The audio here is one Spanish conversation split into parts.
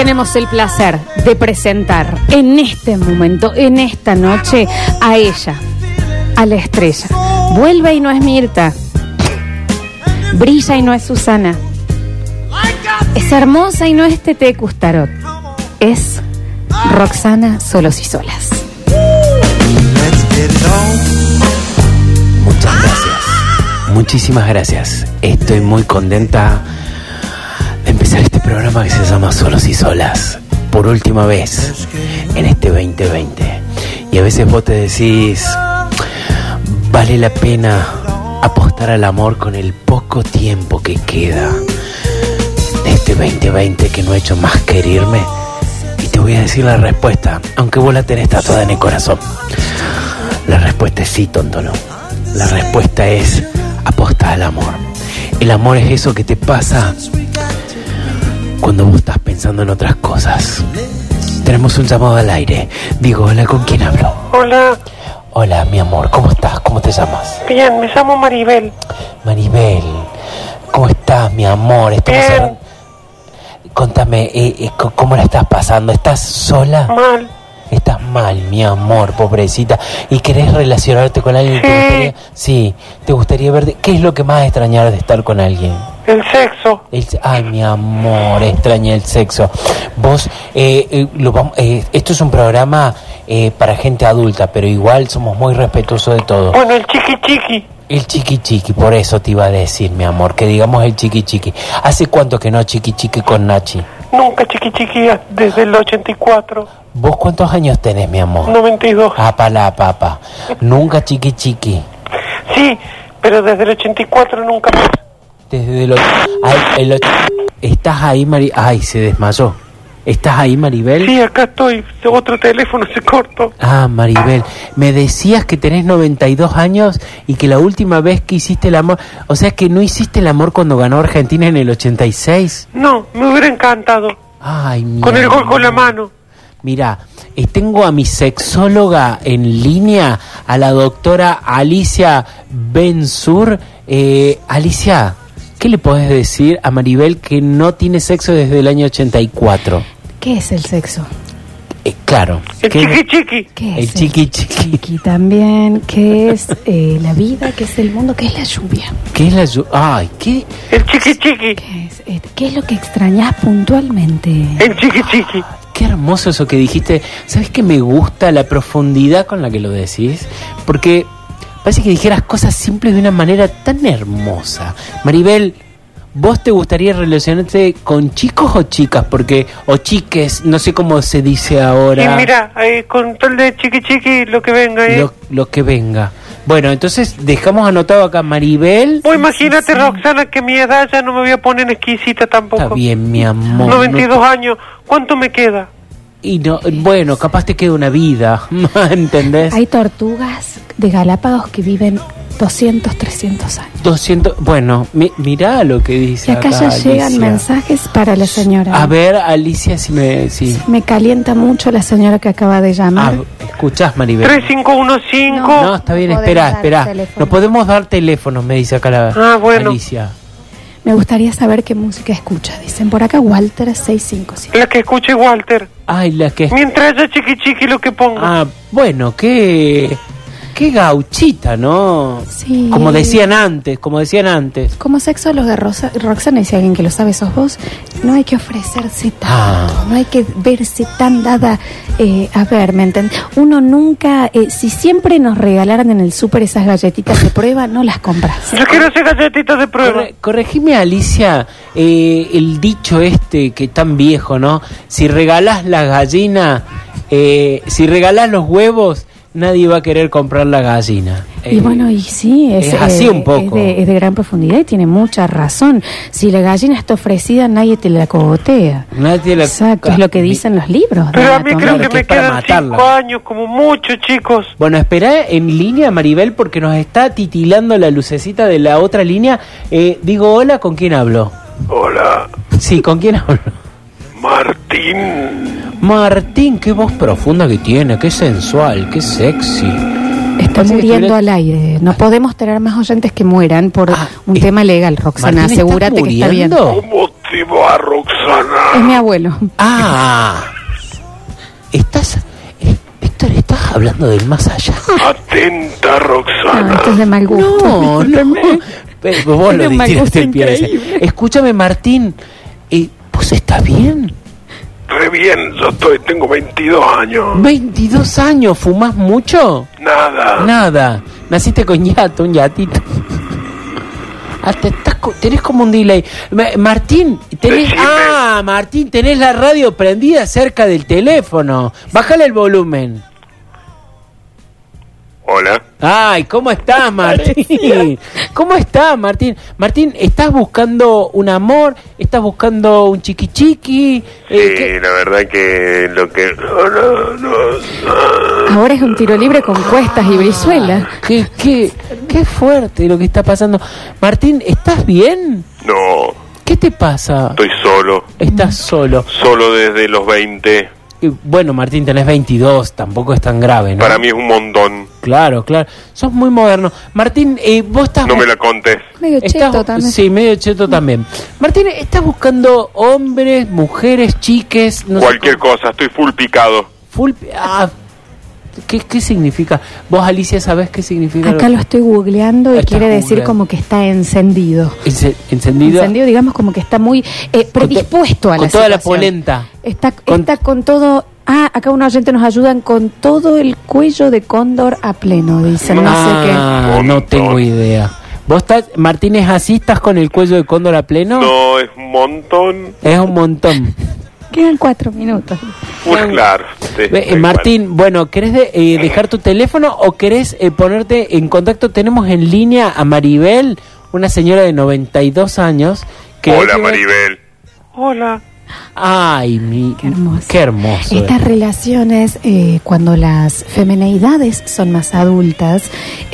tenemos el placer de presentar en este momento, en esta noche, a ella, a la estrella. Vuelve y no es Mirta, brilla y no es Susana, es hermosa y no es Tete Custarot, es Roxana Solos y Solas. Muchas gracias, muchísimas gracias. Estoy muy contenta de empezar este programa que se llama Solos y Solas por última vez en este 2020. Y a veces vos te decís, vale la pena apostar al amor con el poco tiempo que queda de este 2020 que no he hecho más que herirme. Y te voy a decir la respuesta, aunque vos la tenés tatuada en el corazón. La respuesta es sí, tonto, no. La respuesta es apostar al amor. El amor es eso que te pasa cuando vos estás pensando en otras cosas. Tenemos un llamado al aire. Digo, hola, ¿con quién hablo? Hola. Hola, mi amor, ¿cómo estás? ¿Cómo te llamas? Bien, me llamo Maribel. Maribel, ¿cómo estás, mi amor? Bien. Contame, ¿cómo la estás pasando? ¿Estás sola? Mal. Estás mal, mi amor, pobrecita. ¿Y querés relacionarte con alguien? Sí. ¿Te gustaría? Sí, ¿te gustaría verte? ¿Qué es lo que más extrañar de estar con alguien? El sexo. Ay, mi amor, extraña el sexo. Vos, esto es un programa para gente adulta, pero igual somos muy respetuosos de todo. Bueno, el chiqui chiqui. El chiqui chiqui, por eso te iba a decir, mi amor, que digamos el chiqui chiqui. ¿Hace cuánto que no chiqui chiqui con Nachi? Nunca chiqui chiqui, desde el 84. ¿Vos cuántos años tenés, mi amor? 92. Apala, papá. Nunca chiqui chiqui. Sí, pero desde el 84 nunca más. Desde ¿Estás ahí, Ay, se desmayó. ¿Estás ahí, Maribel? Sí, acá estoy. Otro teléfono se cortó. Ah, Maribel, me decías que tenés 92 años y que la última vez que hiciste el amor... O sea, que no hiciste el amor cuando ganó Argentina en el 86. No, me hubiera encantado. Ay, mi con el gol amor. con la mano. Mirá, tengo a mi sexóloga en línea, a la doctora Alicia Benzur. Alicia, ¿qué le podés decir a Maribel que no tiene sexo desde el año 84? ¿Qué es el sexo? Claro. El chiqui chiqui. ¿Qué El es chiqui chiqui. chiqui también? ¿Qué es la vida? ¿Qué es el mundo? ¿Qué es la lluvia? ¿Qué es la Ay, ¿qué? El chiqui chiqui. ¿Qué es lo que extrañas puntualmente? El chiqui chiqui. Qué hermoso eso que dijiste. ¿Sabes que me gusta la profundidad con la que lo decís? Porque parece que dijeras cosas simples de una manera tan hermosa. Maribel, ¿vos te gustaría relacionarte con chicos o chicas? O chiques, no sé cómo se dice ahora. Y mira, con todo el de chiqui chiqui, lo que venga, Lo que venga. Bueno, entonces dejamos anotado acá Maribel. Vos imagínate, sí. Roxana, que a mi edad ya no me voy a poner exquisita tampoco. Está bien, mi amor. 92 años, ¿cuánto me queda? Y no, bueno, capaz te queda una vida, ¿entendés? Hay tortugas de Galápagos que viven 200, 300 años. 200, bueno, mirá lo que dice y acá acá, ya Alicia. llegan mensajes para la señora. A ver, Alicia, si me... Sí. Me calienta mucho la señora que acaba de llamar. ¿Escuchás, Maribel? 3515. No, está bien, espera. No podemos dar teléfonos, me dice acá la bueno. Alicia. Me gustaría saber qué música escucha. Dicen por acá Walter 657. La que escuche Walter. Ay, la que... Mientras ella chiqui chiqui lo que ponga. Ah, bueno, qué gauchita, ¿no? Sí. Como decían antes. Como sexóloga, Roxana, y si alguien que lo sabe sos vos, no hay que ofrecerse tanto, no hay que verse tan dada. A ver, ¿me entendés? Uno nunca, si siempre nos regalaran en el súper esas galletitas de prueba, no las compras. Yo quiero hacer galletitas de prueba. Corregime, Alicia, el dicho que tan viejo, ¿no? Si regalás la gallina, si regalás los huevos, nadie va a querer comprar la gallina. Y bueno, y sí, es así un poco. Es de gran profundidad y tiene mucha razón. Si la gallina está ofrecida, nadie te la cogotea. Exacto, es lo que dicen los libros. Pero a mí creo que me quedan 5 años, como mucho, chicos. Bueno, espera en línea, Maribel, porque nos está titilando la lucecita de la otra línea. Digo, hola, ¿con quién hablo? Hola. Sí, ¿con quién hablo? Martín, qué voz profunda que tiene, qué sensual, qué sexy. Está muriendo al aire. No podemos tener más oyentes que mueran por un tema legal, Roxana. Martín, asegúrate que está bien. ¿Cómo Máximo a Roxana. Es mi abuelo. Ah, Víctor, ¿estás hablando del más allá? Atenta, Roxana. No, esto es de mal gusto. No. Pero vos lo Es de mal gusto tiraste el pie. increíble. Escúchame, Martín, ¿vos estás bien? Re bien, tengo 22 años. 22 años, ¿fumás mucho? Nada. Naciste con yato, un yatito. Tenés como un delay. Martín, Decime. Martín, tenés la radio prendida cerca del teléfono. Bájale el volumen. Hola. Ay, ¿cómo estás, Martín? ¿Cómo estás, Martín? Martín, ¿estás buscando un amor? ¿Estás buscando un chiqui-chiqui? Sí, la verdad que lo que... No. Ahora es un tiro libre con Cuestas y Brizuela. Qué fuerte lo que está pasando. Martín, ¿estás bien? No, ¿Qué te pasa? estoy solo. Estás solo. Solo desde los 20. Bueno, Martín, tenés 22, tampoco es tan grave, ¿no? Para mí es un montón. Claro. Sos muy moderno. Martín, vos estás... No me la contes. Medio cheto también. Sí, medio cheto también. Martín, ¿estás buscando hombres, mujeres, chiques? No sé Cualquier cosa, estoy full picado. ¿Qué significa? ¿Vos, Alicia, sabés qué significa? Acá lo estoy googleando y Estás quiere decir googleando. como que está encendido. ¿Encendido? Encendido, digamos, como que está muy predispuesto a la con toda la situación. polenta. Está con todo... acá un oyente nos ayudan con todo el cuello de cóndor a pleno, dicen. No sé qué. No tengo idea. ¿Vos estás, Martín, es así? ¿Estás con el cuello de cóndor a pleno? No, es un montón. Es un montón. Quedan 4 minutos. Pues claro. Sí, Martín, bueno, ¿querés dejar tu teléfono o querés ponerte en contacto? Tenemos en línea a Maribel, una señora de 92 años. Hola, Maribel. Hola. Ay, qué hermoso. Estas relaciones, cuando las femeneidades son más adultas,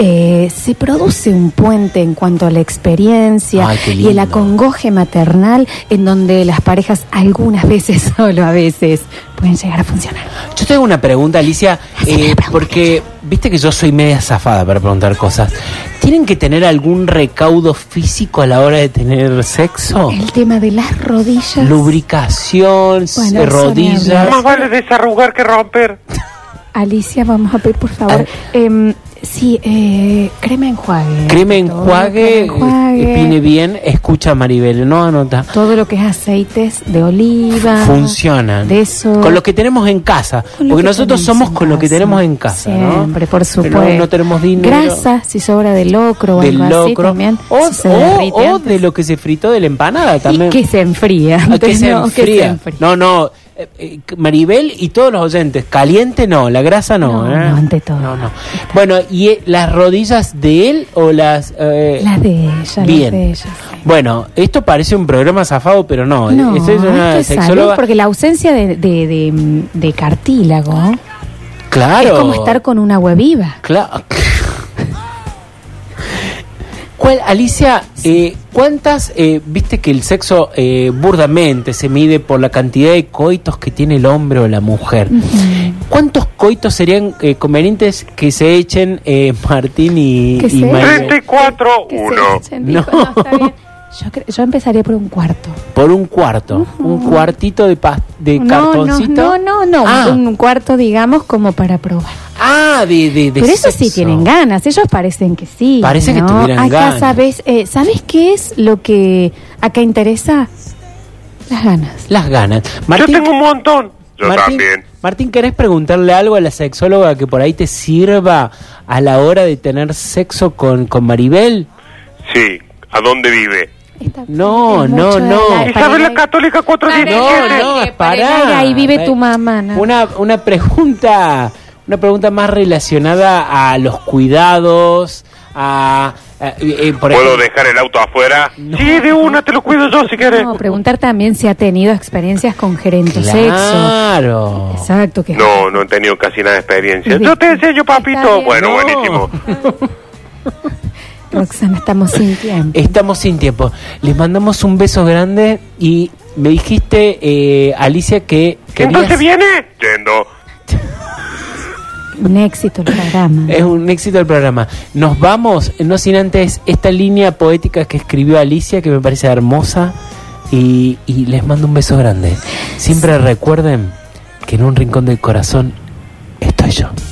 se produce un puente en cuanto a la experiencia y el acongoje maternal, en donde las parejas algunas veces, solo a veces, pueden llegar a funcionar. Yo tengo una pregunta, Alicia, porque viste que yo soy media zafada para preguntar cosas. ¿Tienen que tener algún recaudo físico a la hora de tener sexo? El tema de las rodillas. Lubricación, Bueno, rodillas. Más vale desarrugar que romper. Alicia, vamos a pedir, por favor. Sí, crema enjuague. Crema enjuague, viene bien, escucha Maribel, no anota. Todo lo que es aceites de oliva. Funcionan. De eso. Con lo que tenemos en casa. Porque nosotros somos con lo que tenemos en casa, ¿no? Siempre, por supuesto. Pero no tenemos dinero. Grasa, si sobra de locro o algo así también. O de lo que se fritó de la empanada también. Y que se enfría. Que se enfría. No. Maribel y todos los oyentes, caliente no, la grasa no. No, ante todo. No. Bueno, ¿y las rodillas de él o las...? Las de ella, bien. las de ella. Sí. Bueno, esto parece un programa zafado, pero no. Esto es una esto es sexóloga. salud, porque la ausencia de cartílago Claro. es como estar con una agua viva. Claro. Alicia, ¿cuántas, viste que el sexo burdamente se mide por la cantidad de coitos que tiene el hombre o la mujer? Uh-huh. ¿Cuántos coitos serían convenientes que se echen Martín y Maribel? 34-1. No, está bien. Yo empezaría por un cuarto. ¿Por un cuarto? Uh-huh. ¿Un cuartito de cartoncito? No. Un cuarto, digamos, como para probar. De pero eso sexo. Sí tienen ganas, ellos parecen que sí. Parece que tuvieran acá ganas. ¿Sabes qué es lo que acá interesa? Las ganas. Martín, yo tengo un montón. Yo también. Martín, ¿querés preguntarle algo a la sexóloga que por ahí te sirva a la hora de tener sexo con Maribel? Sí. ¿A dónde vive? No. Isabel la Católica 417. No, pará. Ahí vive tu mamá, ¿no? Una pregunta más relacionada a los cuidados, ¿Puedo dejar el auto afuera? No. Sí, de una, te lo cuido yo si quieres. No, preguntar también si ha tenido experiencias con gerentosexo. Claro. Exacto. No he tenido casi nada de experiencia. Yo te enseño, papito. Bueno, buenísimo. Roxana, estamos sin tiempo. Les mandamos un beso grande y me dijiste, Alicia, que querías... ¿Entonces viene? Yendo. Un éxito el programa. Es un éxito el programa. Nos vamos, no sin antes esta línea poética que escribió Alicia, que me parece hermosa. Y les mando un beso grande. Siempre recuerden que en un rincón del corazón estoy yo.